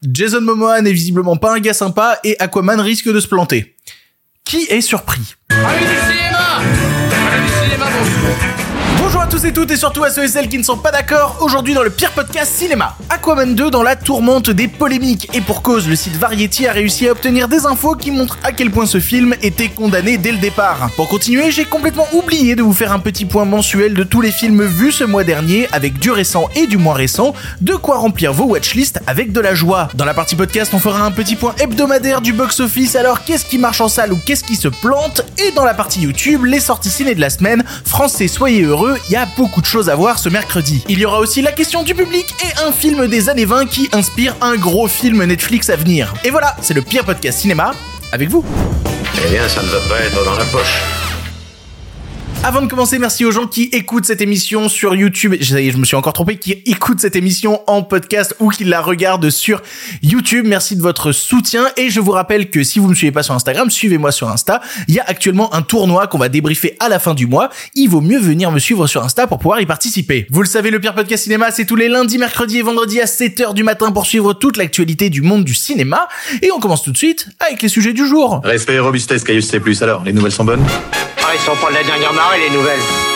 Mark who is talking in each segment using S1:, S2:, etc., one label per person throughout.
S1: Jason Momoa n'est visiblement pas un gars sympa et Aquaman risque de se planter. Qui est surpris?
S2: Allez du cinéma! Allez du cinéma, bonjour!
S1: Bonjour à tous et toutes et surtout à ceux et celles qui ne sont pas d'accord, aujourd'hui dans le pire podcast cinéma. Aquaman 2 dans la tourmente des polémiques et pour cause, le site Variety a réussi à obtenir des infos qui montrent à quel point ce film était condamné dès le départ. Pour continuer, j'ai complètement oublié de vous faire un petit point mensuel de tous les films vus ce mois dernier avec du récent et du moins récent, de quoi remplir vos watchlists avec de la joie. Dans la partie podcast, on fera un petit point hebdomadaire du box-office, alors qu'est-ce qui marche en salle ou qu'est-ce qui se plante, et dans la partie YouTube, les sorties ciné de la semaine, français soyez heureux, il y a beaucoup de choses à voir ce mercredi. Il y aura aussi la question du public et un film des années 20 qui inspire un gros film Netflix à venir. Et voilà, c'est le pire podcast cinéma, avec vous.
S3: Eh bien, ça ne va pas être dans la poche.
S1: Avant de commencer, merci aux gens qui écoutent cette émission sur YouTube. Ça y est, je me suis encore trompé, qui écoutent cette émission en podcast ou qui la regardent sur YouTube. Merci de votre soutien et je vous rappelle que si vous me suivez pas sur Instagram, suivez-moi sur Insta. Il y a actuellement un tournoi qu'on va débriefer à la fin du mois. Il vaut mieux venir me suivre sur Insta pour pouvoir y participer. Vous le savez, le pire podcast cinéma, c'est tous les lundis, mercredis et vendredis à 7h du matin pour suivre toute l'actualité du monde du cinéma. Et on commence tout de suite avec les sujets du jour.
S4: Respect et robustesse, Caius C+. Alors, les nouvelles sont bonnes?
S3: Ah, ils sont pas de la dernière marée, les nouvelles.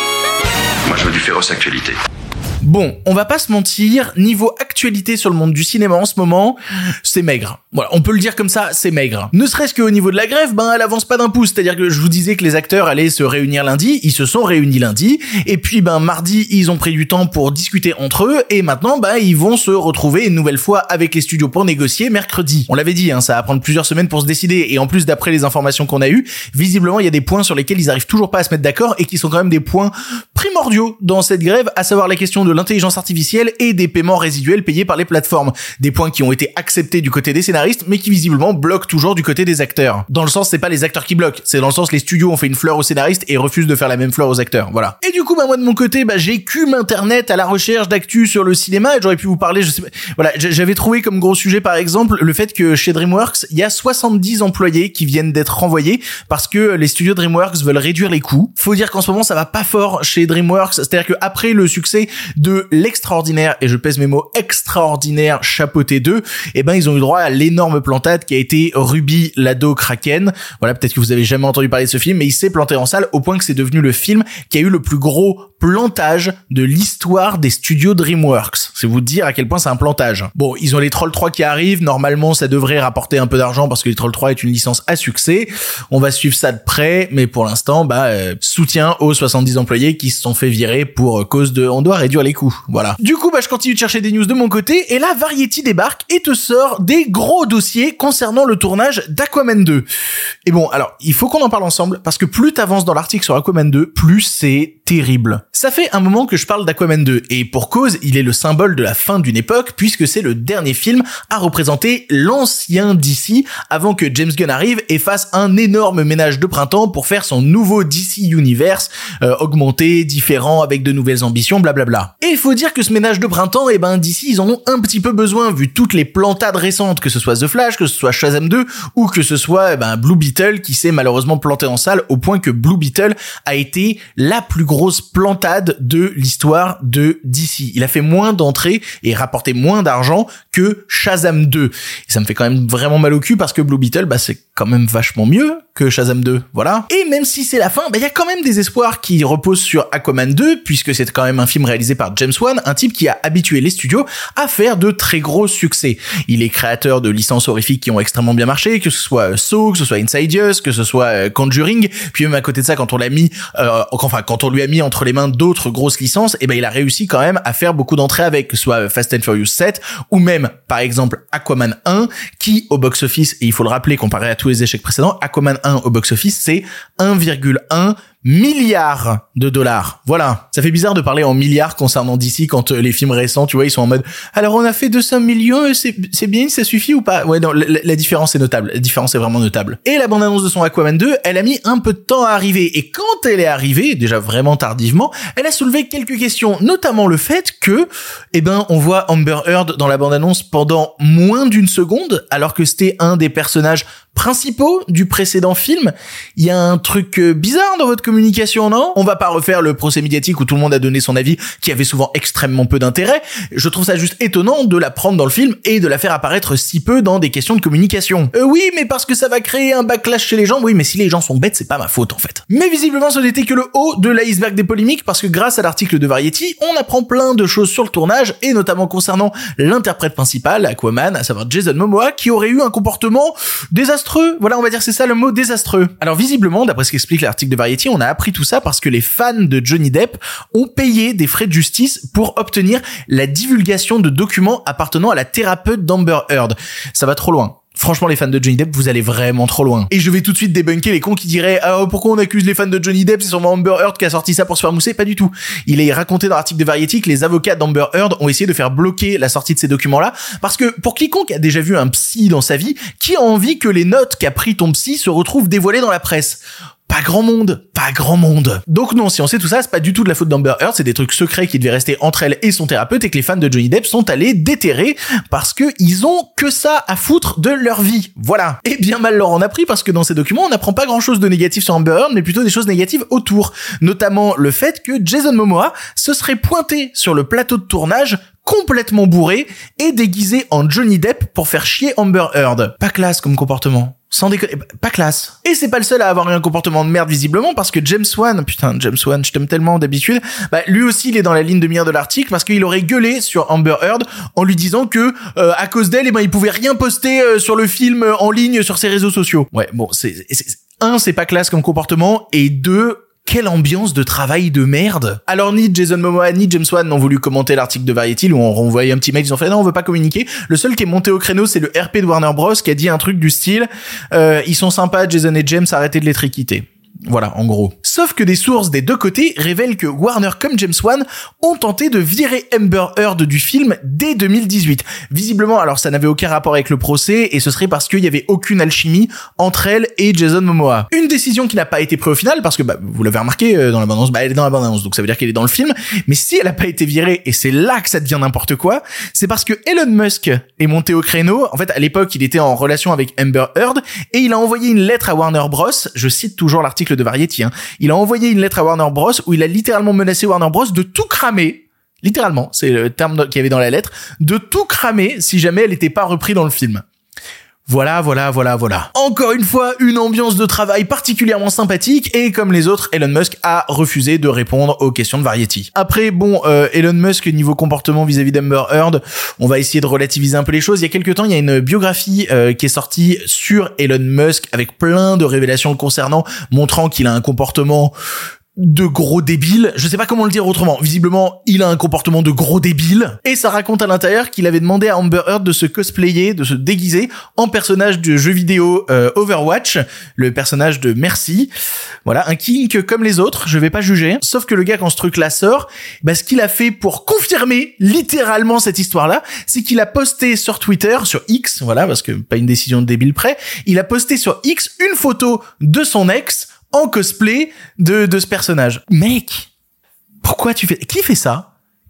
S5: Moi, je veux du féroce actualité.
S1: Bon, on va pas se mentir, niveau actualité sur le monde du cinéma en ce moment, c'est maigre. Voilà, on peut le dire comme ça, c'est maigre. Ne serait-ce qu'au niveau de la grève, elle avance pas d'un pouce. C'est-à-dire que je vous disais que les acteurs allaient se réunir lundi, ils se sont réunis lundi, et puis mardi, ils ont pris du temps pour discuter entre eux, et maintenant, ils vont se retrouver une nouvelle fois avec les studios pour négocier mercredi. On l'avait dit, ça va prendre plusieurs semaines pour se décider, et en plus, d'après les informations qu'on a eues, visiblement, il y a des points sur lesquels ils arrivent toujours pas à se mettre d'accord, et qui sont quand même des points primordiaux dans cette grève, à savoir la question de l'intelligence artificielle et des paiements résiduels payés par les plateformes. Des points qui ont été acceptés du côté des scénaristes, mais qui visiblement bloquent toujours du côté des acteurs. Dans le sens, c'est pas les acteurs qui bloquent, c'est dans le sens les studios ont fait une fleur aux scénaristes et refusent de faire la même fleur aux acteurs. Voilà. Et du coup, moi de mon côté, j'écume internet à la recherche d'actu sur le cinéma et j'aurais pu vous parler, je sais pas, voilà, j'avais trouvé comme gros sujet par exemple le fait que chez DreamWorks, il y a 70 employés qui viennent d'être renvoyés parce que les studios DreamWorks veulent réduire les coûts. Faut dire qu'en ce moment, ça va pas fort chez DreamWorks, c'est-à-dire que après le succès de l'extraordinaire, et je pèse mes mots, extraordinaire Chapeauté 2, ils ont eu droit à l'énorme plantade qui a été Ruby l'ado Kraken. Voilà, peut-être que vous avez jamais entendu parler de ce film, mais il s'est planté en salle au point que c'est devenu le film qui a eu le plus gros plantage de l'histoire des studios DreamWorks. C'est vous dire à quel point c'est un plantage. Bon, ils ont les Trolls 3 qui arrivent, normalement ça devrait rapporter un peu d'argent parce que les Trolls 3 est une licence à succès. On va suivre ça de près, mais pour l'instant, soutien aux 70 employés qui se sont fait virer pour cause de on doit réduire les coûts. Voilà. Du coup, je continue de chercher des news de mon côté et là, Variety débarque et te sort des gros dossiers concernant le tournage d'Aquaman 2. Et bon, alors, il faut qu'on en parle ensemble parce que plus t'avances dans l'article sur Aquaman 2, plus c'est terrible. Ça fait un moment que je parle d'Aquaman 2 et pour cause, il est le symbole de la fin d'une époque puisque c'est le dernier film à représenter l'ancien DC avant que James Gunn arrive et fasse un énorme ménage de printemps pour faire son nouveau DC Universe augmenté, différent, avec de nouvelles ambitions, blablabla. Et il faut dire que ce ménage de printemps, DC, ils en ont un petit peu besoin vu toutes les plantades récentes, que ce soit The Flash, que ce soit Shazam 2 ou que ce soit Blue Beetle qui s'est malheureusement planté en salle au point que Blue Beetle a été la plus grosse plantade de l'histoire de DC. Il a fait moins d'entrées et rapporté moins d'argent que Shazam 2. Et ça me fait quand même vraiment mal au cul parce que Blue Beetle, c'est quand même vachement mieux que Shazam 2, voilà. Et même si c'est la fin, il y a quand même des espoirs qui reposent sur Aquaman 2, puisque c'est quand même un film réalisé par James Wan, un type qui a habitué les studios à faire de très gros succès. Il est créateur de licences horrifiques qui ont extrêmement bien marché, que ce soit Saw, que ce soit Insidious, que ce soit Conjuring, puis même à côté de ça, quand on lui a mis entre les mains d'autres grosses licences, il a réussi quand même à faire beaucoup d'entrées avec, que ce soit Fast and Furious 7, ou même, par exemple, Aquaman 1, qui, au box-office, et il faut le rappeler, comparé à tous les échecs précédents, Aquaman 1 au box-office, c'est 1,1 milliard de dollars. Voilà. Ça fait bizarre de parler en milliards concernant DC quand les films récents, tu vois, ils sont en mode alors on a fait 200 millions, c'est bien, ça suffit ou pas? Ouais, non, la différence est notable. La différence est vraiment notable. Et la bande-annonce de son Aquaman 2, elle a mis un peu de temps à arriver. Et quand elle est arrivée, déjà vraiment tardivement, elle a soulevé quelques questions, notamment le fait que, on voit Amber Heard dans la bande-annonce pendant moins d'une seconde, alors que c'était un des personnages principaux du précédent film. Il y a un truc bizarre dans votre communication, non? On va pas refaire le procès médiatique où tout le monde a donné son avis, qui avait souvent extrêmement peu d'intérêt. Je trouve ça juste étonnant de la prendre dans le film et de la faire apparaître si peu dans des questions de communication. Oui, mais parce que ça va créer un backlash chez les gens. Oui, mais si les gens sont bêtes, c'est pas ma faute en fait. Mais visiblement, ce n'était que le haut de l'iceberg des polémiques, parce que grâce à l'article de Variety, on apprend plein de choses sur le tournage, et notamment concernant l'interprète principal, Aquaman, à savoir Jason Momoa, qui aurait eu un comportement désastreux. Voilà, on va dire c'est ça le mot, désastreux. Alors visiblement, d'après ce qu'explique l'article de Variety, on a appris tout ça parce que les fans de Johnny Depp ont payé des frais de justice pour obtenir la divulgation de documents appartenant à la thérapeute d'Amber Heard. Ça va trop loin. Franchement, les fans de Johnny Depp, vous allez vraiment trop loin. Et je vais tout de suite débunker les cons qui diraient « Ah, pourquoi on accuse les fans de Johnny Depp? C'est sûrement Amber Heard qui a sorti ça pour se faire mousser ?» Pas du tout. Il est raconté dans l'article de Variety que les avocats d'Amber Heard ont essayé de faire bloquer la sortie de ces documents-là, parce que pour quiconque a déjà vu un psy dans sa vie, qui a envie que les notes qu'a pris ton psy se retrouvent dévoilées dans la presse? Pas grand monde. Donc non, si on sait tout ça, c'est pas du tout de la faute d'Amber Heard, c'est des trucs secrets qui devaient rester entre elle et son thérapeute et que les fans de Johnny Depp sont allés déterrer parce que ils ont que ça à foutre de leur vie. Voilà. Et bien mal leur en a pris parce que dans ces documents, on n'apprend pas grand chose de négatif sur Amber Heard, mais plutôt des choses négatives autour. Notamment le fait que Jason Momoa se serait pointé sur le plateau de tournage complètement bourré et déguisé en Johnny Depp pour faire chier Amber Heard. Pas classe comme comportement. Sans déconner, pas classe. Et c'est pas le seul à avoir eu un comportement de merde visiblement, parce que James Wan, je t'aime tellement d'habitude, lui aussi il est dans la ligne de mire de l'article parce qu'il aurait gueulé sur Amber Heard en lui disant que à cause d'elle, il pouvait rien poster sur le film en ligne sur ses réseaux sociaux. Ouais, bon, c'est pas classe comme comportement, et deux, quelle ambiance de travail de merde. Alors ni Jason Momoa ni James Wan n'ont voulu commenter l'article de Variety où on renvoyait un petit mail, ils ont fait non, on veut pas communiquer. Le seul qui est monté au créneau, c'est le RP de Warner Bros qui a dit un truc du style ils sont sympas Jason et James, arrêtez de les triquiter. Voilà, en gros. Sauf que des sources des deux côtés révèlent que Warner comme James Wan ont tenté de virer Amber Heard du film dès 2018. Visiblement, alors ça n'avait aucun rapport avec le procès, et ce serait parce qu'il y avait aucune alchimie entre elle et Jason Momoa. Une décision qui n'a pas été prise au final, parce que vous l'avez remarqué dans la bande-annonce, elle est dans la bande-annonce, donc ça veut dire qu'elle est dans le film, mais si elle n'a pas été virée, et c'est là que ça devient n'importe quoi, c'est parce que Elon Musk est monté au créneau. En fait, à l'époque, il était en relation avec Amber Heard, et il a envoyé une lettre à Warner Bros, je cite toujours l'article de Variety, il a envoyé une lettre à Warner Bros où il a littéralement menacé Warner Bros de tout cramer, littéralement, c'est le terme qu'il y avait dans la lettre, de tout cramer si jamais elle n'était pas reprise dans le film. Voilà. Encore une fois, une ambiance de travail particulièrement sympathique, et comme les autres, Elon Musk a refusé de répondre aux questions de Variety. Après, Elon Musk, niveau comportement vis-à-vis d'Amber Heard, on va essayer de relativiser un peu les choses. Il y a quelques temps, il y a une biographie qui est sortie sur Elon Musk avec plein de révélations le concernant, montrant qu'il a un comportement de gros débile. Je sais pas comment le dire autrement. Visiblement, il a un comportement de gros débile. Et ça raconte à l'intérieur qu'il avait demandé à Amber Heard de se cosplayer, de se déguiser en personnage de jeu vidéo Overwatch, le personnage de Mercy. Voilà, un kink comme les autres, je vais pas juger. Sauf que le gars, quand ce truc-là sort, ce qu'il a fait pour confirmer littéralement cette histoire-là, c'est qu'il a posté sur Twitter, sur X, voilà, parce que pas une décision de débile près, il a posté sur X une photo de son ex en cosplay de ce personnage. Mec, pourquoi tu fais... Qui fait ça ?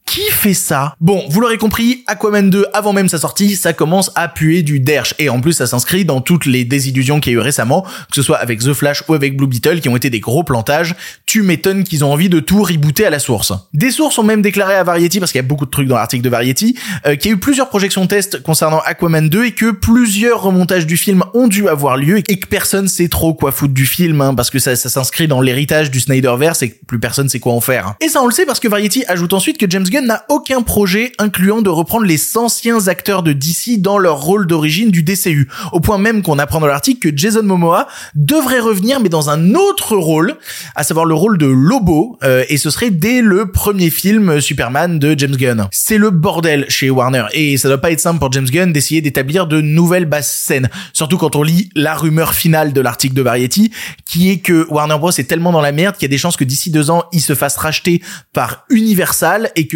S1: Bon, vous l'aurez compris, Aquaman 2, avant même sa sortie, ça commence à puer du derche. Et en plus, ça s'inscrit dans toutes les désillusions qu'il y a eu récemment, que ce soit avec The Flash ou avec Blue Beetle, qui ont été des gros plantages. Tu m'étonnes qu'ils ont envie de tout rebooter à la source. Des sources ont même déclaré à Variety, parce qu'il y a beaucoup de trucs dans l'article de Variety, qu'il y a eu plusieurs projections test concernant Aquaman 2 et que plusieurs remontages du film ont dû avoir lieu et que personne sait trop quoi foutre du film, parce que ça s'inscrit dans l'héritage du Snyderverse et que plus personne sait quoi en faire. Et ça, on le sait parce que Variety ajoute ensuite que James Gunn n'a aucun projet incluant de reprendre les anciens acteurs de DC dans leur rôle d'origine du DCU, au point même qu'on apprend dans l'article que Jason Momoa devrait revenir, mais dans un autre rôle, à savoir le rôle de Lobo, et ce serait dès le premier film Superman de James Gunn. C'est le bordel chez Warner, et ça doit pas être simple pour James Gunn d'essayer d'établir de nouvelles basses scènes, surtout quand on lit la rumeur finale de l'article de Variety, qui est que Warner Bros est tellement dans la merde qu'il y a des chances que d'ici 2 ans, il se fasse racheter par Universal, et que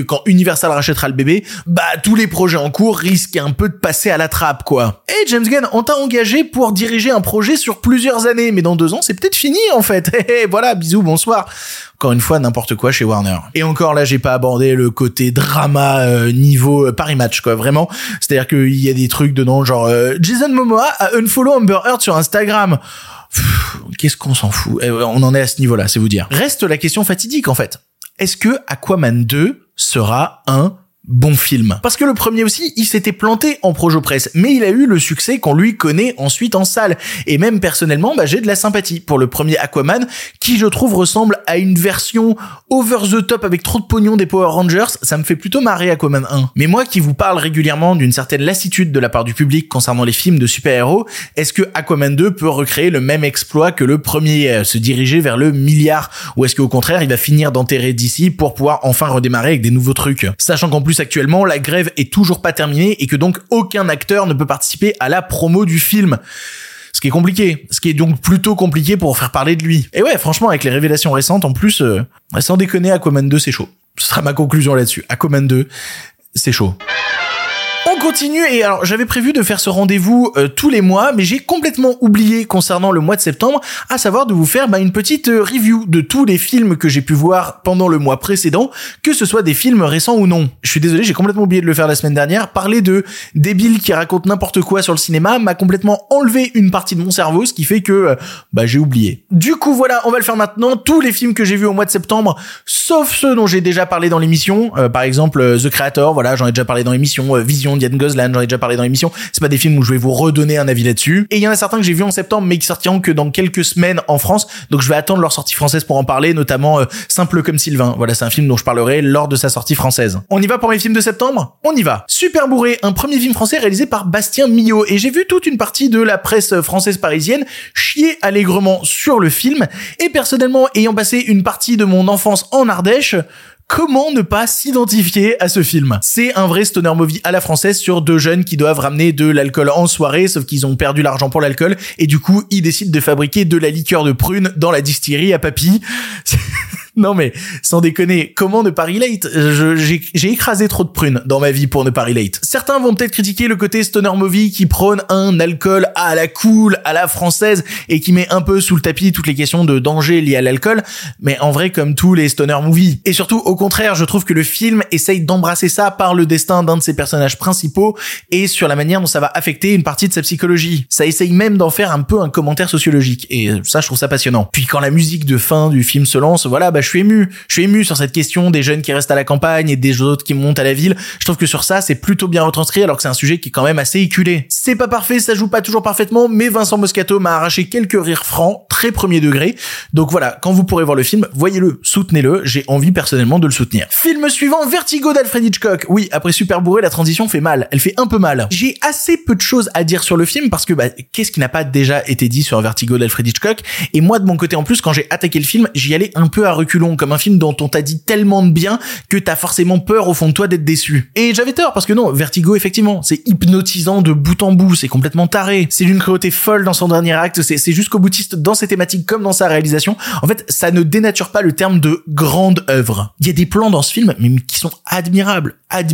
S1: quand Universal rachètera le bébé, bah tous les projets en cours risquent un peu de passer à la trappe, quoi. Et James Gunn, on t'a engagé pour diriger un projet sur plusieurs années, mais dans 2 ans, c'est peut-être fini, en fait. Voilà, bisous, bonsoir. Encore une fois, n'importe quoi chez Warner. Et encore là, j'ai pas abordé le côté drama niveau Paris Match, quoi, vraiment. C'est-à-dire qu'il y a des trucs dedans, genre Jason Momoa a unfollow Amber Heard sur Instagram. Qu'est-ce qu'on s'en fout? On en est à ce niveau-là, c'est vous dire. Reste la question fatidique, en fait. Est-ce que Aquaman 2 sera un bon film? Parce que le premier aussi, il s'était planté en projo presse, mais il a eu le succès qu'on lui connaît ensuite en salle. Et même personnellement, j'ai de la sympathie pour le premier Aquaman, qui je trouve ressemble à une version over the top avec trop de pognon des Power Rangers. Ça me fait plutôt marrer Aquaman 1. Mais moi qui vous parle régulièrement d'une certaine lassitude de la part du public concernant les films de super-héros, est-ce que Aquaman 2 peut recréer le même exploit que le premier, se diriger vers le milliard, ou est-ce qu'au contraire il va finir d'enterrer DC pour pouvoir enfin redémarrer avec des nouveaux trucs? Sachant qu'en plus actuellement la grève est toujours pas terminée et que donc aucun acteur ne peut participer à la promo du film. Ce qui est compliqué. Ce qui est donc plutôt compliqué pour faire parler de lui. Et ouais, franchement, avec les révélations récentes, en plus, sans déconner, Aquaman 2, c'est chaud. Ce sera ma conclusion là-dessus. Aquaman 2, c'est chaud. On continue, et alors j'avais prévu de faire ce rendez-vous tous les mois, mais j'ai complètement oublié concernant le mois de septembre, à savoir de vous faire une petite review de tous les films que j'ai pu voir pendant le mois précédent, que ce soit des films récents ou non. Je suis désolé, j'ai complètement oublié de le faire la semaine dernière. Parler de débiles qui racontent n'importe quoi sur le cinéma m'a complètement enlevé une partie de mon cerveau, ce qui fait que j'ai oublié. Du coup voilà, on va le faire maintenant. Tous les films que j'ai vus au mois de septembre, sauf ceux dont j'ai déjà parlé dans l'émission, par exemple The Creator, voilà, j'en ai déjà parlé dans l'émission, Vision d'Ian Goslan, j'en ai déjà parlé dans l'émission. C'est pas des films où je vais vous redonner un avis là-dessus. Et il y en a certains que j'ai vus en septembre, mais qui sortiront que dans quelques semaines en France. Donc je vais attendre leur sortie française pour en parler, notamment Simple comme Sylvain. Voilà, c'est un film dont je parlerai lors de sa sortie française. On y va pour mes films de septembre? On y va. Super Bourré, un premier film français réalisé par Bastien Millot. Et j'ai vu toute une partie de la presse française parisienne chier allègrement sur le film. Et personnellement, ayant passé une partie de mon enfance en Ardèche, comment ne pas s'identifier à ce film? C'est un vrai stoner movie à la française sur 2 jeunes qui doivent ramener de l'alcool en soirée, sauf qu'ils ont perdu l'argent pour l'alcool, et du coup, ils décident de fabriquer de la liqueur de prune dans la distillerie à Papy. Non mais, sans déconner, comment ne pas relate? J'ai écrasé trop de prunes dans ma vie pour ne pas relate. Certains vont peut-être critiquer le côté stoner movie qui prône un alcool à la cool, à la française, et qui met un peu sous le tapis toutes les questions de danger liées à l'alcool, mais en vrai comme tous les stoner movies. Et surtout, au contraire, je trouve que le film essaye d'embrasser ça par le destin d'un de ses personnages principaux, et sur la manière dont ça va affecter une partie de sa psychologie. Ça essaye même d'en faire un peu un commentaire sociologique, et ça je trouve ça passionnant. Puis quand la musique de fin du film se lance, voilà, je suis ému sur cette question des jeunes qui restent à la campagne et des autres qui montent à la ville. Je trouve que sur ça, c'est plutôt bien retranscrit, alors que c'est un sujet qui est quand même assez éculé. C'est pas parfait, ça joue pas toujours parfaitement, mais Vincent Moscato m'a arraché quelques rires francs, très premier degré. Donc voilà, quand vous pourrez voir le film, voyez-le, soutenez-le, j'ai envie personnellement de le soutenir. Film suivant, Vertigo d'Alfred Hitchcock. Oui, après Super Bourré, la transition fait mal, elle fait un peu mal. J'ai assez peu de choses à dire sur le film, parce que qu'est-ce qui n'a pas déjà été dit sur Vertigo d'Alfred Hitchcock? Et moi, de mon côté en plus, quand j'ai attaqué le film, j'y allais un peu à reculons, comme un film dont on t'a dit tellement de bien que t'as forcément peur au fond de toi d'être déçu. Et j'avais tort, parce que non, Vertigo, effectivement, c'est hypnotisant de bout en bout, c'est complètement taré, c'est d'une cruauté folle dans son dernier acte, c'est jusqu'au boutiste dans ses thématiques comme dans sa réalisation. En fait, ça ne dénature pas le terme de grande œuvre. Il y a des plans dans ce film, mais qui sont admirables,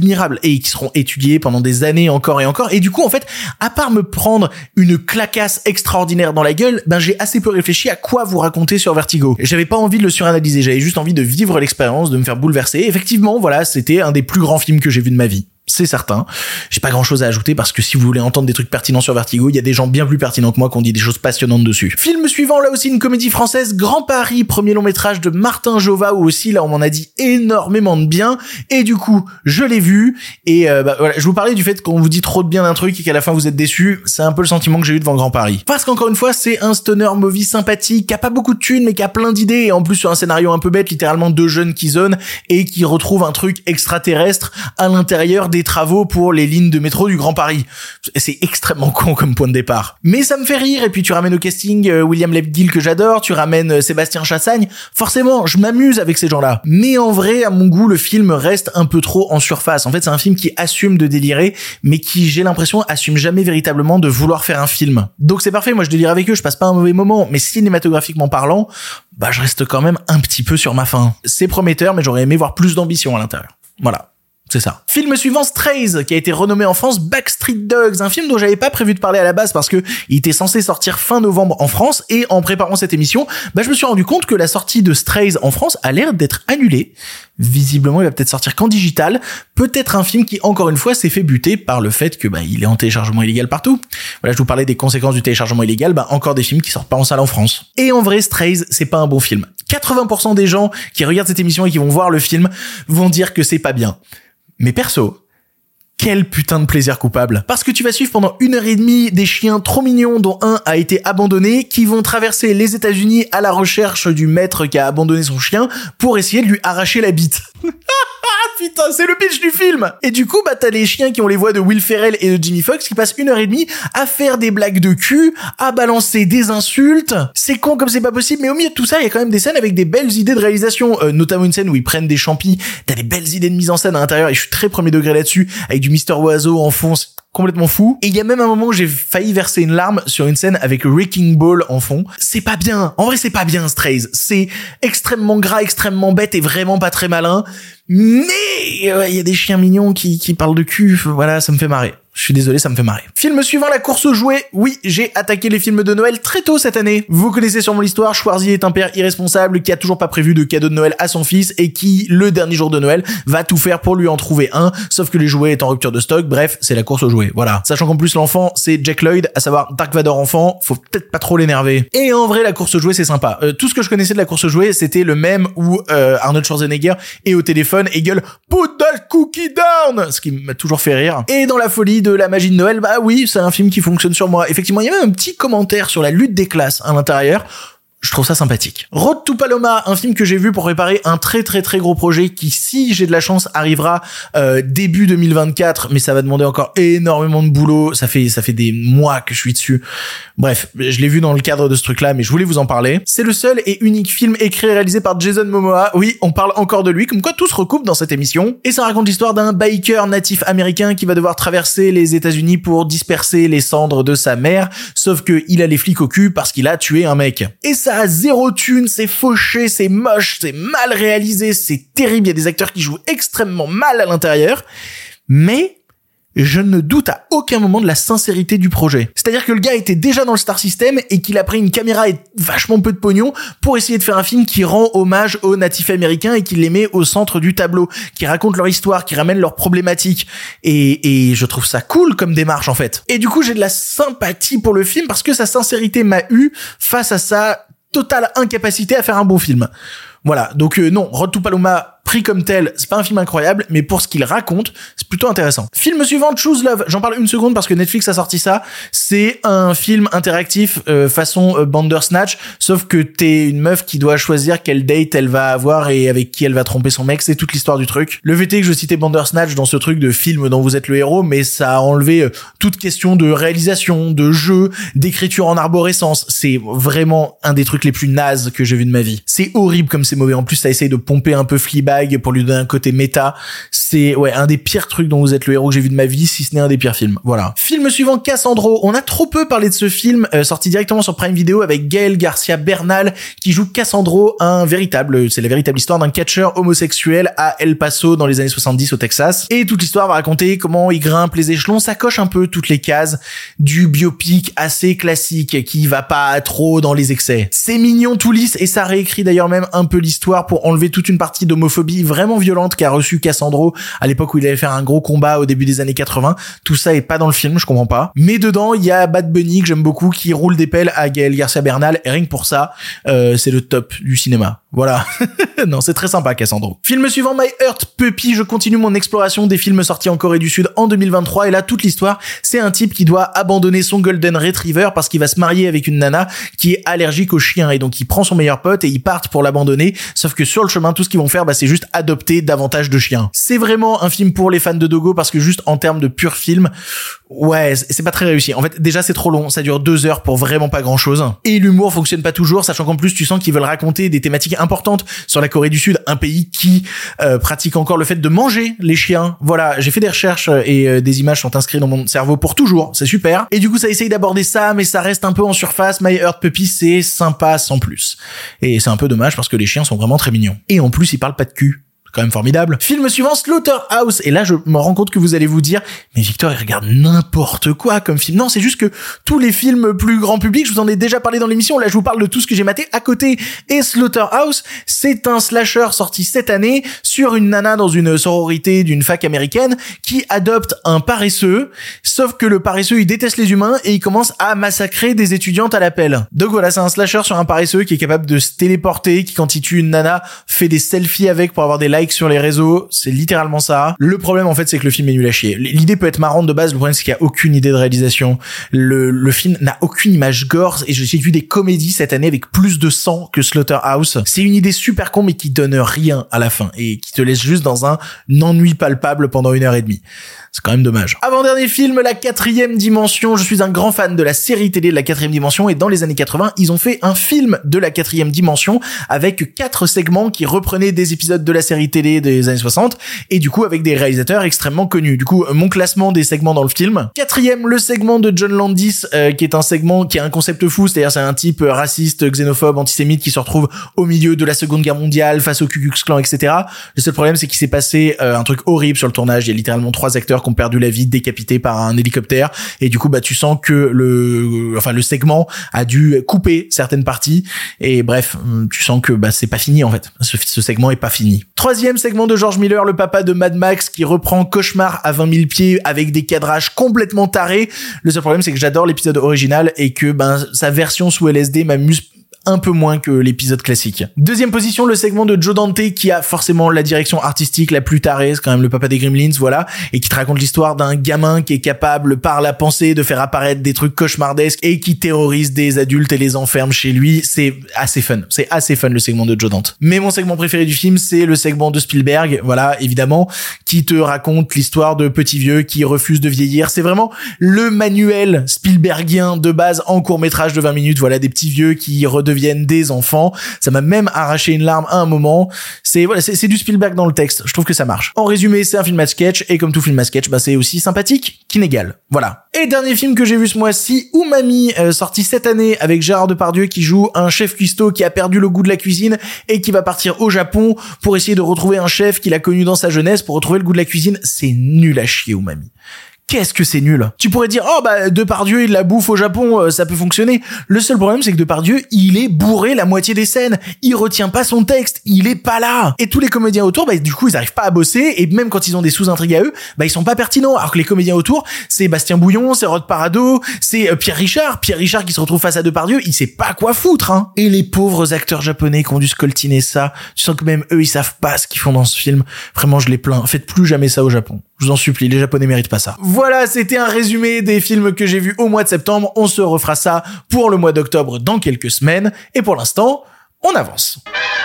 S1: et qui seront étudiés pendant des années encore et encore. Et du coup, en fait, à part me prendre une clacasse extraordinaire dans la gueule, j'ai assez peu réfléchi à quoi vous raconter sur Vertigo. J'avais pas envie de le suranalyser, j'avais juste envie de vivre l'expérience, de me faire bouleverser. Effectivement, voilà, c'était un des plus grands films que j'ai vu de ma vie. C'est certain. J'ai pas grand chose à ajouter parce que si vous voulez entendre des trucs pertinents sur Vertigo, il y a des gens bien plus pertinents que moi qui ont dit des choses passionnantes dessus. Film suivant, là aussi une comédie française, Grand Paris, premier long métrage de Martin Jova, où aussi là on m'en a dit énormément de bien, et du coup je l'ai vu, et voilà, je vous parlais du fait qu'on vous dit trop de bien d'un truc et qu'à la fin vous êtes déçus. C'est un peu le sentiment que j'ai eu devant Grand Paris. Parce qu'encore une fois, c'est un stoner movie sympathique, qui a pas beaucoup de thunes mais qui a plein d'idées, et en plus sur un scénario un peu bête, littéralement 2 jeunes qui zonent et qui retrouvent un truc extraterrestre à l'intérieur des travaux pour les lignes de métro du Grand Paris. C'est extrêmement con comme point de départ. Mais ça me fait rire, et puis tu ramènes au casting William Lefgill que j'adore, tu ramènes Sébastien Chassagne, forcément, je m'amuse avec ces gens-là. Mais en vrai, à mon goût, le film reste un peu trop en surface. En fait, c'est un film qui assume de délirer, mais qui, j'ai l'impression, assume jamais véritablement de vouloir faire un film. Donc c'est parfait, moi je délire avec eux, je passe pas un mauvais moment, mais cinématographiquement parlant, je reste quand même un petit peu sur ma faim. C'est prometteur, mais j'aurais aimé voir plus d'ambition à l'intérieur. Voilà. C'est ça. Film suivant, Strays, qui a été renommé en France Backstreet Dogs, un film dont j'avais pas prévu de parler à la base parce que il était censé sortir fin novembre en France, et en préparant cette émission, je me suis rendu compte que la sortie de Strays en France a l'air d'être annulée. Visiblement, il va peut-être sortir qu'en digital. Peut-être un film qui, encore une fois, s'est fait buter par le fait que, il est en téléchargement illégal partout. Voilà, je vous parlais des conséquences du téléchargement illégal, encore des films qui sortent pas en salle en France. Et en vrai, Strays, c'est pas un bon film. 80% des gens qui regardent cette émission et qui vont voir le film vont dire que c'est pas bien. Mais perso, quel putain de plaisir coupable. Parce que tu vas suivre pendant 1h30 des chiens trop mignons dont un a été abandonné, qui vont traverser les États-Unis à la recherche du maître qui a abandonné son chien pour essayer de lui arracher la bite. Putain, c'est le pitch du film. Et du coup, t'as les chiens qui ont les voix de Will Ferrell et de Jimmy Fox qui passent 1h30 à faire des blagues de cul, à balancer des insultes. C'est con comme c'est pas possible, mais au milieu de tout ça, il y a quand même des scènes avec des belles idées de réalisation, notamment une scène où ils prennent des champis. T'as des belles idées de mise en scène à l'intérieur, et je suis très premier degré là-dessus, avec du Mister Oiseau en fond, c'est complètement fou. Et il y a même un moment où j'ai failli verser une larme sur une scène avec Wrecking Ball en fond. C'est pas bien. En vrai, c'est pas bien, Strays. C'est extrêmement gras, extrêmement bête et vraiment pas très malin. Mais il y a des chiens mignons qui parlent de cul. Voilà, ça me fait marrer. Je suis désolé, ça me fait marrer. Film suivant, La course aux jouets. Oui, j'ai attaqué les films de Noël très tôt cette année. Vous connaissez sûrement l'histoire. Schwarzy est un père irresponsable qui a toujours pas prévu de cadeau de Noël à son fils et qui, le dernier jour de Noël, va tout faire pour lui en trouver un. Sauf que les jouets est en rupture de stock. Bref, c'est la course aux jouets. Voilà. Sachant qu'en plus, l'enfant, c'est Jack Lloyd, à savoir Dark Vador enfant. Faut peut-être pas trop l'énerver. Et en vrai, la course aux jouets, c'est sympa. Tout ce que je connaissais de la course aux jouets, c'était le même où Arnold Schwarzenegger est au téléphone et gueule « Put that cookie down !» Ce qui m'a toujours fait rire. Et dans la folie de la magie de Noël, oui, c'est un film qui fonctionne sur moi. Effectivement, il y a même un petit commentaire sur la lutte des classes à l'intérieur. Je trouve ça sympathique. Road to Paloma, un film que j'ai vu pour préparer un très très très gros projet qui, si j'ai de la chance, arrivera début 2024, mais ça va demander encore énormément de boulot. Ça fait des mois que je suis dessus. Bref, je l'ai vu dans le cadre de ce truc-là, mais je voulais vous en parler. C'est le seul et unique film écrit et réalisé par Jason Momoa. Oui, on parle encore de lui, comme quoi tout se recoupe dans cette émission. Et ça raconte l'histoire d'un biker natif américain qui va devoir traverser les États-Unis pour disperser les cendres de sa mère, sauf que il a les flics au cul parce qu'il a tué un mec. Et ça a zéro thune, c'est fauché, c'est moche, c'est mal réalisé, c'est terrible, il y a des acteurs qui jouent extrêmement mal à l'intérieur, mais je ne doute à aucun moment de la sincérité du projet. C'est-à-dire que le gars était déjà dans le Star System et qu'il a pris une caméra et vachement peu de pognon pour essayer de faire un film qui rend hommage aux natifs américains et qui les met au centre du tableau, qui raconte leur histoire, qui ramène leurs problématiques. Et je trouve ça cool comme démarche, en fait. Et du coup, j'ai de la sympathie pour le film parce que sa sincérité m'a eu face à sa totale incapacité à faire un bon film. Voilà, donc non, Road to Paloma, pris comme tel, c'est pas un film incroyable, mais pour ce qu'il raconte, c'est plutôt intéressant. Film suivant, Choose Love. J'en parle une seconde parce que Netflix a sorti ça. C'est un film interactif façon Bandersnatch, sauf que t'es une meuf qui doit choisir quelle date elle va avoir et avec qui elle va tromper son mec. C'est toute l'histoire du truc. Le VT que je citais Bandersnatch dans ce truc de film dont vous êtes le héros, mais ça a enlevé toute question de réalisation, de jeu, d'écriture en arborescence. C'est vraiment un des trucs les plus nazes que j'ai vu de ma vie. C'est horrible comme c'est mauvais. En plus, ça essaye de pomper un peu Fleabag pour lui donner un côté méta. C'est un des pires trucs dont vous êtes le héros que j'ai vu de ma vie, si ce n'est un des pires films. Voilà. Film suivant, Cassandro. On a trop peu parlé de ce film, sorti directement sur Prime Video avec Gaël Garcia Bernal qui joue Cassandro, c'est la véritable histoire d'un catcheur homosexuel à El Paso dans les années 70 au Texas. Et toute l'histoire va raconter comment il grimpe les échelons. Ça coche un peu toutes les cases du biopic assez classique qui va pas trop dans les excès. C'est mignon, tout lisse, et ça réécrit d'ailleurs même un peu l'histoire pour enlever toute une partie d'homophobie vraiment violente qu'a reçu Cassandro à l'époque où il allait faire un gros combat au début des années 80. Tout ça est pas dans le film, je comprends pas. Mais dedans, il y a Bad Bunny que j'aime beaucoup qui roule des pelles à Gaël Garcia Bernal, et rien que pour ça, c'est le top du cinéma. Voilà. Non, c'est très sympa, Cassandro. Film suivant, My Earth Puppy. Je continue mon exploration des films sortis en Corée du Sud en 2023, et là, toute l'histoire, c'est un type qui doit abandonner son Golden Retriever parce qu'il va se marier avec une nana qui est allergique aux chiens, et donc il prend son meilleur pote et ils partent pour l'abandonner, sauf que sur le chemin, tout ce qu'ils vont faire, c'est juste adopter davantage de chiens. C'est vraiment un film pour les fans de dogo parce que juste en termes de pur film, c'est pas très réussi. En fait, déjà, c'est trop long. Ça dure 2 heures pour vraiment pas grand chose. Et l'humour fonctionne pas toujours, sachant qu'en plus, tu sens qu'ils veulent raconter des thématiques importantes sur la Corée du Sud, un pays qui pratique encore le fait de manger les chiens. Voilà, j'ai fait des recherches et des images sont inscrites dans mon cerveau pour toujours. C'est super. Et du coup, ça essaye d'aborder ça, mais ça reste un peu en surface. My Earth Puppy, c'est sympa sans plus. Et c'est un peu dommage parce que les chiens sont vraiment très mignons. Et en plus, ils parlent pas de cul. quand même formidable. Film suivant, Slaughterhouse. Et là, je me rends compte que vous allez vous dire, mais Victor, il regarde n'importe quoi comme film. Non, c'est juste que tous les films plus grand public, je vous en ai déjà parlé dans l'émission. Là, je vous parle de tout ce que j'ai maté à côté. Et Slaughterhouse, c'est un slasher sorti cette année sur une nana dans une sororité d'une fac américaine qui adopte un paresseux. Sauf que le paresseux, il déteste les humains et il commence à massacrer des étudiantes à l'appel. Donc voilà, c'est un slasher sur un paresseux qui est capable de se téléporter, qui quand il tue une nana, fait des selfies avec pour avoir des likes sur les réseaux. C'est littéralement ça. Le problème, en fait, c'est que le film est nul à chier. L'idée peut être marrante de base, le problème, c'est qu'il y a aucune idée de réalisation. Le film n'a aucune image gore, et j'ai vu des comédies cette année avec plus de sang que Slaughterhouse. C'est une idée super con, mais qui donne rien à la fin, et qui te laisse juste dans un ennui palpable pendant 1h30. C'est quand même dommage. Avant-dernier film, La Quatrième Dimension. Je suis un grand fan de la série télé de La Quatrième Dimension, et dans les années 80, ils ont fait un film de La Quatrième Dimension avec 4 segments qui reprenaient des épisodes de la série télé des années 60, et du coup avec des réalisateurs extrêmement connus. Du coup, mon classement des segments dans le film. 4e, le segment de John Landis, qui est un segment qui a un concept fou, c'est-à-dire c'est un type raciste, xénophobe, antisémite qui se retrouve au milieu de la Seconde Guerre mondiale face au Ku Klux Klan, etc. Le seul problème, c'est qu'il s'est passé un truc horrible sur le tournage. Il y a littéralement 3 acteurs qui ont perdu la vie décapités par un hélicoptère, et du coup tu sens que le segment a dû couper certaines parties, et bref, tu sens que c'est pas fini en fait. Ce segment est pas fini. 3e segment de George Miller, le papa de Mad Max, qui reprend Cauchemar à 20 000 pieds avec des cadrages complètement tarés. Le seul problème, c'est que j'adore l'épisode original et que sa version sous LSD m'amuse un peu moins que l'épisode classique. 2e position, le segment de Joe Dante, qui a forcément la direction artistique la plus tarée, c'est quand même le papa des Gremlins, voilà, et qui te raconte l'histoire d'un gamin qui est capable, par la pensée, de faire apparaître des trucs cauchemardesques et qui terrorise des adultes et les enferme chez lui. C'est assez fun. C'est assez fun, le segment de Joe Dante. Mais mon segment préféré du film, c'est le segment de Spielberg, voilà, évidemment, qui te raconte l'histoire de petits vieux qui refusent de vieillir. C'est vraiment le manuel Spielbergien de base en court-métrage de 20 minutes, voilà, des petits vieux qui redeviennent des enfants. Ça m'a même arraché une larme à un moment. C'est du Spielberg dans le texte. Je trouve que ça marche. En résumé, c'est un film à sketch, et comme tout film à sketch, c'est aussi sympathique qu'inégal. Voilà. Et dernier film que j'ai vu ce mois-ci, Umami, sorti cette année avec Gérard Depardieu, qui joue un chef cuistot qui a perdu le goût de la cuisine et qui va partir au Japon pour essayer de retrouver un chef qu'il a connu dans sa jeunesse pour retrouver le goût de la cuisine. C'est nul à chier, Umami. Qu'est-ce que c'est nul. Tu pourrais dire, Depardieu et de la bouffe au Japon, ça peut fonctionner. Le seul problème, c'est que Depardieu, il est bourré la moitié des scènes. Il retient pas son texte. Il est pas là. Et tous les comédiens autour, du coup, ils arrivent pas à bosser. Et même quand ils ont des sous-intrigues à eux, ils sont pas pertinents. Alors que les comédiens autour, c'est Bastien Bouillon, c'est Rod Parado, c'est Pierre Richard. Pierre Richard qui se retrouve face à Depardieu, il sait pas quoi foutre, hein. Et les pauvres acteurs japonais qui ont dû scoltiner ça. Tu sens que même eux, ils savent pas ce qu'ils font dans ce film. Vraiment, je les plains. Faites plus jamais ça au Japon. Je vous en supplie, les Japonais méritent pas ça. Voilà, c'était un résumé des films que j'ai vus au mois de septembre. On se refera ça pour le mois d'octobre dans quelques semaines. Et pour l'instant, on avance.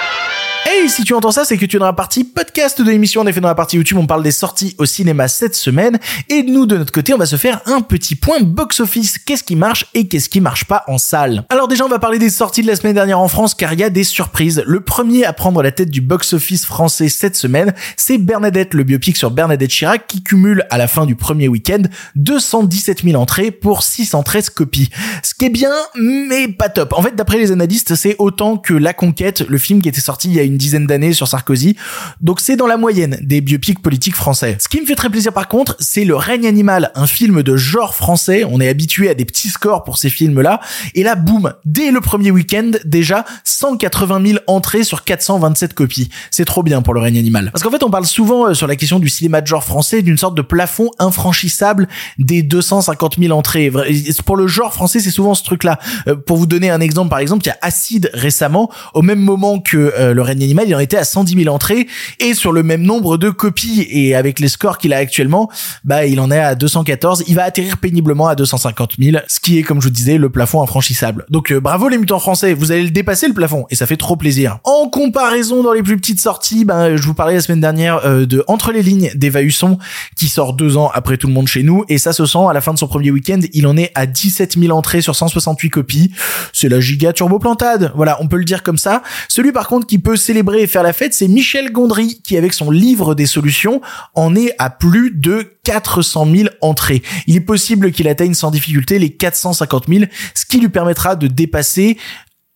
S1: Hey, si tu entends ça, c'est que tu es dans la partie podcast de l'émission. En effet, dans la partie YouTube, on parle des sorties au cinéma cette semaine. Et nous, de notre côté, on va se faire un petit point box-office. Qu'est-ce qui marche et qu'est-ce qui marche pas en salle? Alors déjà, on va parler des sorties de la semaine dernière en France, car il y a des surprises. Le premier à prendre la tête du box-office français cette semaine, c'est Bernadette, le biopic sur Bernadette Chirac, qui cumule à la fin du premier week-end 217 000 entrées pour 613 copies. Ce qui est bien, mais pas top. En fait, d'après les analystes, c'est autant que La Conquête, le film qui était sorti il y a une dizaine d'années sur Sarkozy. Donc c'est dans la moyenne des biopics politiques français. Ce qui me fait très plaisir par contre, c'est Le Règne animal, un film de genre français. On est habitué à des petits scores pour ces films-là. Et là, boum, dès le premier week-end, déjà 180 000 entrées sur 427 copies. C'est trop bien pour Le Règne animal. Parce qu'en fait, on parle souvent sur la question du cinéma de genre français d'une sorte de plafond infranchissable des 250 000 entrées. Pour le genre français, c'est souvent ce truc-là. Pour vous donner un exemple, par exemple, il y a Acide récemment, au même moment que Le Règne animal, il en était à 110 000 entrées et sur le même nombre de copies, et avec les scores qu'il a actuellement, il en est à 214. Il va atterrir péniblement à 250 000, ce qui est, comme je vous disais, le plafond infranchissable. Donc bravo les mutants français, vous allez le dépasser le plafond, et ça fait trop plaisir. En comparaison, dans les plus petites sorties, je vous parlais la semaine dernière de Entre les lignes d'Eva Husson, qui sort 2 ans après Tout le monde chez nous, et ça se sent à la fin de son premier week-end, il en est à 17 000 entrées sur 168 copies. C'est la giga turbo plantade, voilà, on peut le dire comme ça. Celui par contre qui peut célébrer et faire la fête, c'est Michel Gondry, qui avec son livre des solutions en est à plus de 400 000 entrées. Il est possible qu'il atteigne sans difficulté les 450 000, ce qui lui permettra de dépasser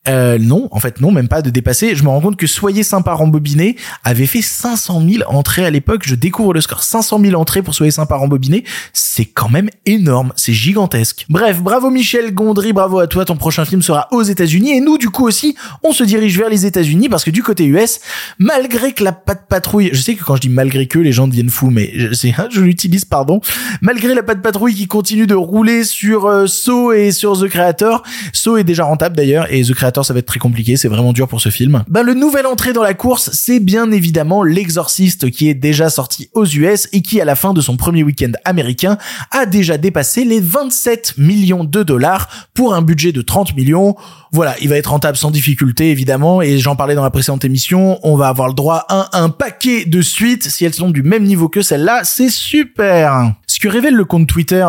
S1: Non, en fait non, même pas de dépasser. Je me rends compte que Soyez sympa rembobiné avait fait 500 000 entrées à l'époque. Je découvre le score. 500 000 entrées pour Soyez sympa rembobiné. C'est quand même énorme. C'est gigantesque. Bref, bravo Michel Gondry, bravo à toi. Ton prochain film sera aux États-Unis et nous, du coup aussi, on se dirige vers les États-Unis parce que du côté US, malgré que la patte patrouille, je sais que quand je dis malgré que, les gens deviennent fous, mais je l'utilise, pardon. Malgré la patte patrouille qui continue de rouler sur Saw et sur The Creator. Saw est déjà rentable d'ailleurs et The Creator ça va être très compliqué, c'est vraiment dur pour ce film. Le nouvel entrée dans la course, c'est bien évidemment L'Exorciste qui est déjà sorti aux US et qui à la fin de son premier week-end américain a déjà dépassé les 27 millions de dollars pour un budget de 30 millions. Voilà, il va être rentable sans difficulté évidemment et j'en parlais dans la précédente émission, on va avoir le droit à un paquet de suites si elles sont du même niveau que celle-là, c'est super. Ce que révèle le compte Twitter,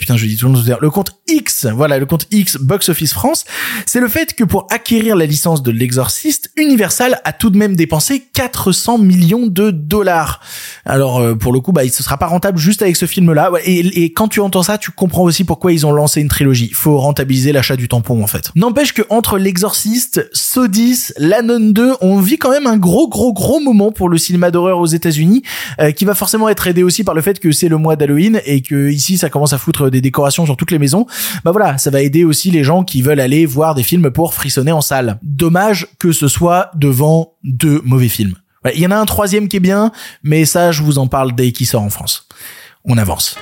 S1: le compte X, voilà, le compte X Box Office France, c'est le fait que pour acquérir la licence de L'Exorciste, Universal a tout de même dépensé 400 millions de dollars. Alors, pour le coup, il se sera pas rentable juste avec ce film-là. Et quand tu entends ça, tu comprends aussi pourquoi ils ont lancé une trilogie. Faut rentabiliser l'achat du tampon, en fait. N'empêche que entre L'Exorciste, Saw 10, La Nonne 2, on vit quand même un gros moment pour le cinéma d'horreur aux États-Unis, qui va forcément être aidé aussi par le fait que c'est le mois d'Halloween et que ici ça commence à foutre des décorations sur toutes les maisons. Voilà, ça va aider aussi les gens qui veulent aller voir des films pour frissonner en salle. Dommage que ce soit devant 2 mauvais films. Il y en a un troisième qui est bien, mais ça je vous en parle dès qu'il sort en France. On avance.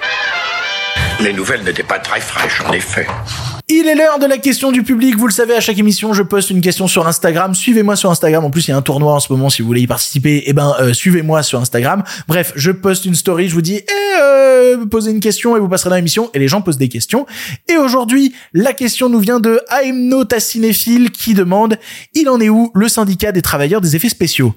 S5: Les nouvelles n'étaient pas très fraîches, en effet.
S1: Il est l'heure de la question du public. Vous le savez, à chaque émission, je poste une question sur Instagram. Suivez-moi sur Instagram. En plus, il y a un tournoi en ce moment. Si vous voulez y participer, suivez-moi sur Instagram. Bref, je poste une story. Je vous dis, posez une question et vous passerez dans l'émission. Et les gens posent des questions. Et aujourd'hui, la question nous vient de Aimno Tacinéphile qui demande, il en est où le syndicat des travailleurs des effets spéciaux?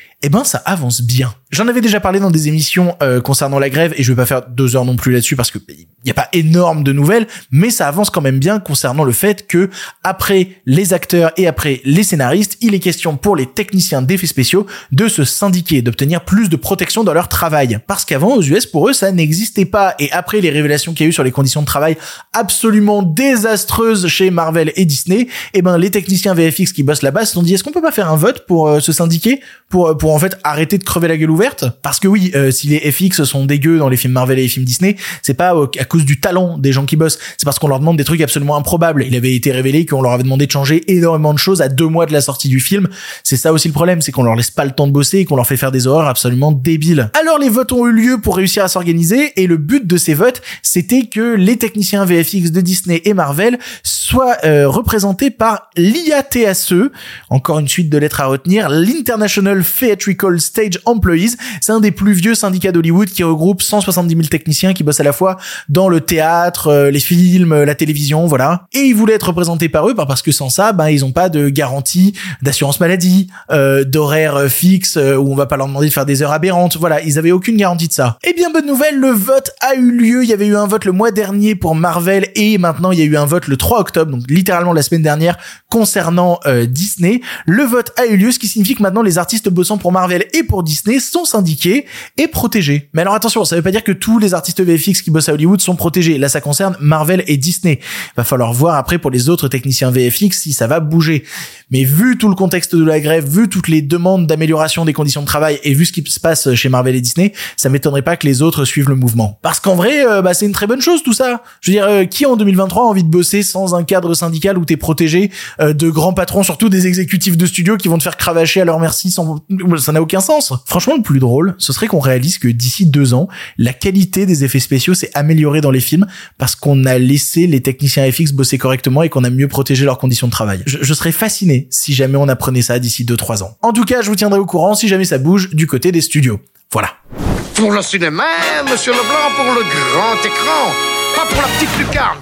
S1: Ça avance bien. J'en avais déjà parlé dans des émissions concernant la grève et je vais pas faire 2 heures non plus là-dessus parce que y a pas énorme de nouvelles, mais ça avance quand même bien concernant le fait que après les acteurs et après les scénaristes, il est question pour les techniciens d'effets spéciaux de se syndiquer, d'obtenir plus de protection dans leur travail. Parce qu'avant, aux US, pour eux, ça n'existait pas. Et après les révélations qu'il y a eu sur les conditions de travail absolument désastreuses chez Marvel et Disney, les techniciens VFX qui bossent là-bas se sont dit, est-ce qu'on peut pas faire un vote pour se syndiquer, pour en fait arrêter de crever la gueule ouverte? Parce que oui, si les FX sont dégueux dans les films Marvel et les films Disney, c'est pas à cause du talent des gens qui bossent, c'est parce qu'on leur demande des trucs absolument improbables. Il avait été révélé qu'on leur avait demandé de changer énormément de choses à 2 mois de la sortie du film. C'est ça aussi le problème, c'est qu'on leur laisse pas le temps de bosser et qu'on leur fait faire des horreurs absolument débiles. Alors les votes ont eu lieu pour réussir à s'organiser et le but de ces votes, c'était que les techniciens VFX de Disney et Marvel soient représentés par l'IATSE, encore une suite de lettres à retenir, l'International Theatrical Stage Employees. C'est un des plus vieux syndicats d'Hollywood qui regroupe 170 000 techniciens qui bossent à la fois dans le théâtre, les films, la télévision, voilà. Et ils voulaient être représentés par eux parce que sans ça, ils ont pas de garantie d'assurance maladie, d'horaire fixe où on va pas leur demander de faire des heures aberrantes. Voilà, ils avaient aucune garantie de ça. Eh bien, bonne nouvelle, le vote a eu lieu. Il y avait eu un vote le mois dernier pour Marvel et maintenant il y a eu un vote le 3 octobre, donc littéralement la semaine dernière, concernant Disney. Le vote a eu lieu, ce qui signifie que maintenant les artistes bossant pour Marvel et pour Disney sont syndiqués et protégés. Mais alors attention, ça veut pas dire que tous les artistes VFX qui bossent à Hollywood sont protégés. Là, ça concerne Marvel et Disney. Va falloir voir après pour les autres techniciens VFX si ça va bouger. Mais vu tout le contexte de la grève, vu toutes les demandes d'amélioration des conditions de travail et vu ce qui se passe chez Marvel et Disney, ça m'étonnerait pas que les autres suivent le mouvement. Parce qu'en vrai, c'est une très bonne chose tout ça. Je veux dire, qui en 2023 a envie de bosser sans un cadre syndical où t'es protégé de grands patrons, surtout des exécutifs de studio qui vont te faire cravacher à leur merci ça n'a aucun sens. Franchement, le plus drôle, ce serait qu'on réalise que d'ici 2 ans, la qualité des effets spéciaux s'est améliorée dans les films parce qu'on a laissé les techniciens FX bosser correctement et qu'on a mieux protégé leurs conditions de travail. Je serais fasciné si jamais on apprenait ça d'ici 2-3 ans. En tout cas, je vous tiendrai au courant si jamais ça bouge du côté des studios. Voilà.
S2: Pour le cinéma, monsieur Leblanc, pour le grand écran, pas pour la petite lucarne.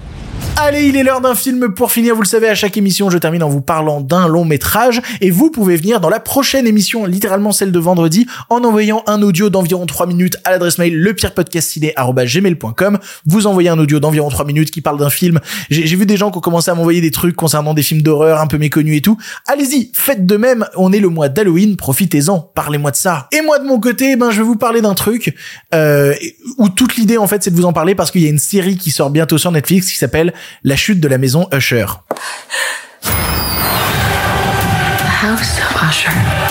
S1: Allez, il est l'heure d'un film pour finir. Vous le savez, à chaque émission, je termine en vous parlant d'un long métrage et vous pouvez venir dans la prochaine émission, littéralement celle de vendredi, en envoyant un audio d'environ 3 minutes à l'adresse mail lepirepodcastciné@gmail.com. Vous envoyez un audio d'environ 3 minutes qui parle d'un film. J'ai vu des gens qui ont commencé à m'envoyer des trucs concernant des films d'horreur un peu méconnus et tout. Allez-y, faites de même. On est le mois d'Halloween, profitez-en. Parlez-moi de ça. Et moi, de mon côté, je vais vous parler d'un truc où toute l'idée, en fait, c'est de vous en parler parce qu'il y a une série qui sort bientôt sur Netflix qui s'appelle La chute de la maison Usher.
S6: house of Usher.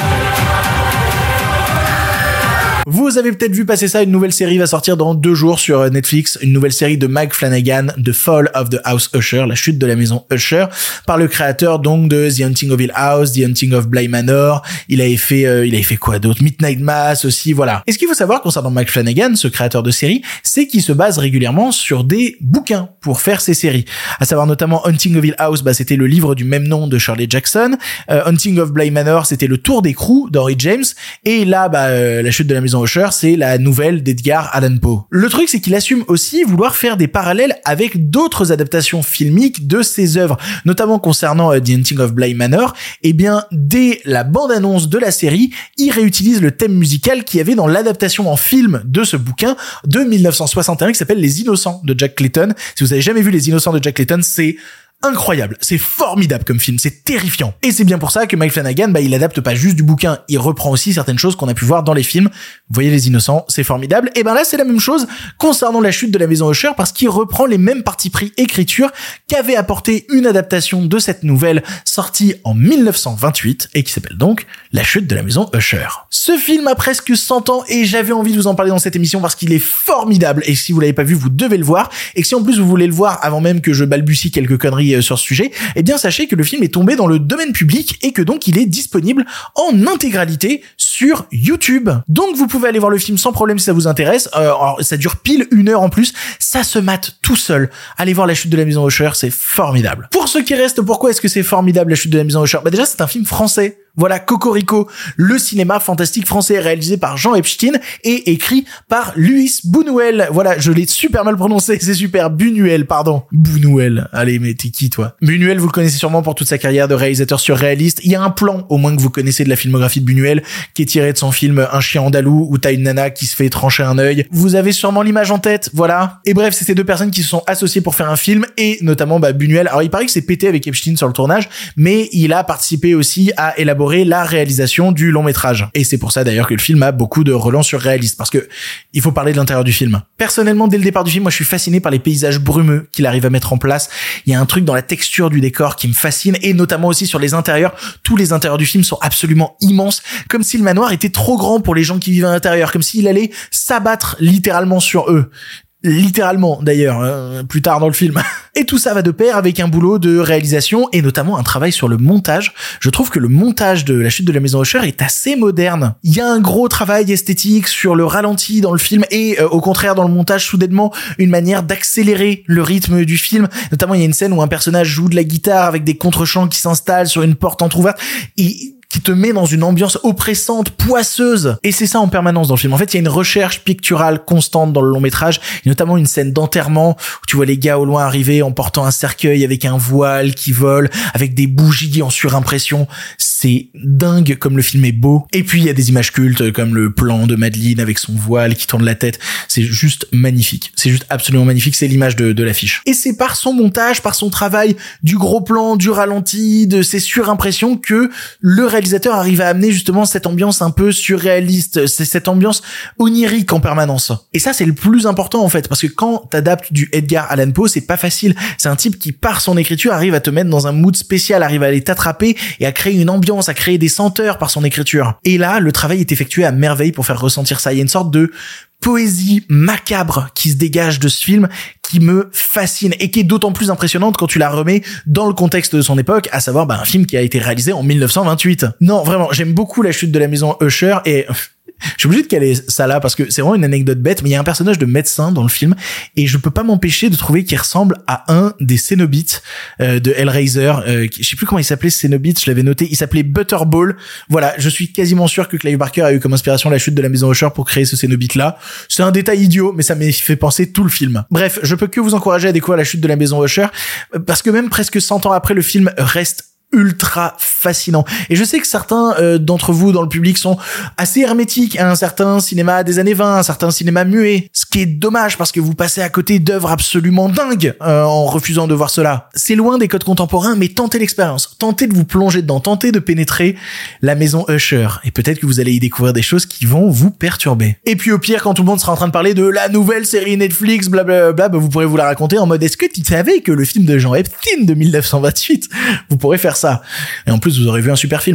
S1: Vous avez peut-être vu passer ça, une nouvelle série va sortir dans 2 jours sur Netflix, une nouvelle série de Mike Flanagan, The Fall of the House Usher, la chute de la maison Usher, par le créateur donc de The Haunting of Hill House, The Haunting of Bly Manor. Il avait fait quoi d'autre? Midnight Mass aussi, voilà. Et ce qu'il faut savoir concernant Mike Flanagan, ce créateur de série, c'est qu'il se base régulièrement sur des bouquins pour faire ses séries. À savoir notamment Haunting of Hill House, c'était le livre du même nom de Shirley Jackson. Haunting of Bly Manor, c'était le Tour d'écrou d'Henry James. Et là, la chute de la maison Usher, c'est la nouvelle d'Edgar Allan Poe. Le truc, c'est qu'il assume aussi vouloir faire des parallèles avec d'autres adaptations filmiques de ses œuvres, notamment concernant The Haunting of Bly Manor. Eh bien, dès la bande-annonce de la série, il réutilise le thème musical qu'il y avait dans l'adaptation en film de ce bouquin de 1961 qui s'appelle Les Innocents de Jack Clayton. Si vous avez jamais vu Les Innocents de Jack Clayton, c'est incroyable, c'est formidable comme film, c'est terrifiant. Et c'est bien pour ça que Mike Flanagan, il adapte pas juste du bouquin, il reprend aussi certaines choses qu'on a pu voir dans les films. Vous voyez Les Innocents, c'est formidable. Et là, c'est la même chose concernant la chute de la maison Usher, parce qu'il reprend les mêmes partis pris écriture qu'avait apporté une adaptation de cette nouvelle sortie en 1928 et qui s'appelle donc La chute de la maison Usher. Ce film a presque 100 ans et j'avais envie de vous en parler dans cette émission parce qu'il est formidable, et si vous l'avez pas vu, vous devez le voir, et que si en plus vous voulez le voir avant même que je balbutie quelques conneries sur ce sujet, eh bien sachez que le film est tombé dans le domaine public et que donc il est disponible en intégralité sur YouTube. Donc vous pouvez aller voir le film sans problème si ça vous intéresse. Alors, ça dure pile 1 heure en plus, ça se mate tout seul. Allez voir La chute de la maison Usher, c'est formidable. Pour ceux qui restent, pourquoi est-ce que c'est formidable La chute de la maison Usher? Déjà, c'est un film français. Voilà, Cocorico, le cinéma fantastique français réalisé par Jean Epstein et écrit par Luis Buñuel. Voilà, je l'ai super mal prononcé, c'est super, Buñuel, pardon. Buñuel. Allez, mais t'es qui, toi? Buñuel, vous le connaissez sûrement pour toute sa carrière de réalisateur surréaliste. Il y a un plan, au moins que vous connaissez de la filmographie de Buñuel, qui est tiré de son film Un chien andalou, où t'as une nana qui se fait trancher un œil. Vous avez sûrement l'image en tête, voilà. Et bref, c'est ces 2 personnes qui se sont associées pour faire un film, et notamment, Buñuel. Alors, il paraît que c'est pété avec Epstein sur le tournage, mais il a participé aussi à élaborer la réalisation du long métrage. Et c'est pour ça d'ailleurs que le film a beaucoup de relents surréalistes, parce que il faut parler de l'intérieur du film. Personnellement, dès le départ du film, moi je suis fasciné par les paysages brumeux qu'il arrive à mettre en place. Il y a un truc dans la texture du décor qui me fascine, et notamment aussi sur les intérieurs. Tous les intérieurs du film sont absolument immenses, comme si le manoir était trop grand pour les gens qui vivent à l'intérieur, comme s'il allait s'abattre littéralement sur eux. Littéralement d'ailleurs, plus tard dans le film. Et tout ça va de pair avec un boulot de réalisation et notamment un travail sur le montage. Je trouve que le montage de La chute de la maison Usher est assez moderne. Il y a un gros travail esthétique sur le ralenti dans le film et au contraire dans le montage, soudainement une manière d'accélérer le rythme du film. Notamment il y a une scène où un personnage joue de la guitare avec des contre-chants qui s'installent sur une porte entrouverte et qui te met dans une ambiance oppressante, poisseuse. Et c'est ça en permanence dans le film. En fait, il y a une recherche picturale constante dans le long métrage, et notamment une scène d'enterrement où tu vois les gars au loin arriver en portant un cercueil avec un voile qui vole, avec des bougies en surimpression. C'est dingue comme le film est beau. Et puis il y a des images cultes comme le plan de Madeleine avec son voile qui tourne la tête. C'est juste magnifique. C'est juste absolument magnifique. C'est l'image de l'affiche. Et c'est par son montage, par son travail du gros plan, du ralenti, de ses surimpressions que le réalisateur arrive à amener justement cette ambiance un peu surréaliste, c'est cette ambiance onirique en permanence. Et ça, c'est le plus important en fait, parce que quand t'adaptes du Edgar Allan Poe, c'est pas facile. C'est un type qui, par son écriture, arrive à te mettre dans un mood spécial, arrive à aller t'attraper et à créer une ambiance, à créer des senteurs par son écriture. Et là, le travail est effectué à merveille pour faire ressentir ça. Il y a une sorte de poésie macabre qui se dégage de ce film, qui me fascine et qui est d'autant plus impressionnante quand tu la remets dans le contexte de son époque, à savoir un film qui a été réalisé en 1928. Non, vraiment, j'aime beaucoup La chute de la maison Usher et je suis obligé de caler ça là parce que c'est vraiment une anecdote bête, mais il y a un personnage de médecin dans le film et je peux pas m'empêcher de trouver qu'il ressemble à un des Cénobites de Hellraiser. Je sais plus comment il s'appelait ce Cénobite, je l'avais noté, il s'appelait Butterball. Voilà, je suis quasiment sûr que Clive Barker a eu comme inspiration La chute de la maison Usher pour créer ce Cénobite là. C'est un détail idiot, mais ça m'a fait penser tout le film. Bref, je peux que vous encourager à découvrir La chute de la maison Usher parce que même presque 100 ans après, le film reste ultra fascinant. Et je sais que certains d'entre vous dans le public sont assez hermétiques à un certain cinéma des années 20, un certain cinéma muet. Ce qui est dommage parce que vous passez à côté d'œuvres absolument dingues en refusant de voir cela. C'est loin des codes contemporains, mais tentez l'expérience. Tentez de vous plonger dedans. Tentez de pénétrer la maison Usher. Et peut-être que vous allez y découvrir des choses qui vont vous perturber. Et puis au pire, quand tout le monde sera en train de parler de la nouvelle série Netflix, blablabla, vous pourrez vous la raconter en mode est-ce que tu savais que le film de Jean Epstein de 1928, vous pourrez faire ça. Et en plus, vous aurez vu un super film.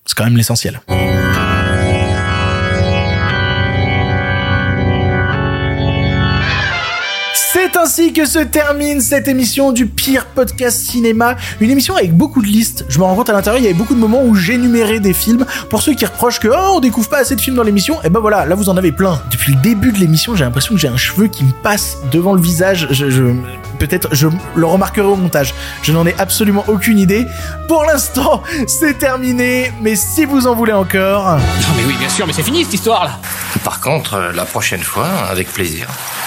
S1: C'est quand même l'essentiel. C'est ainsi que se termine cette émission du pire podcast cinéma, une émission avec beaucoup de listes. Je me rends compte à l'intérieur, il y avait beaucoup de moments où j'énumérais des films. Pour ceux qui reprochent que on découvre pas assez de films dans l'émission, et ben voilà, là vous en avez plein. Depuis le début de l'émission, j'ai l'impression que j'ai un cheveu qui me passe devant le visage. Peut-être je le remarquerai au montage. Je n'en ai absolument aucune idée. Pour l'instant, c'est terminé, mais si vous en voulez encore...
S6: Non mais oui, bien sûr, mais c'est fini cette histoire là.
S5: Par contre, la prochaine fois, avec plaisir.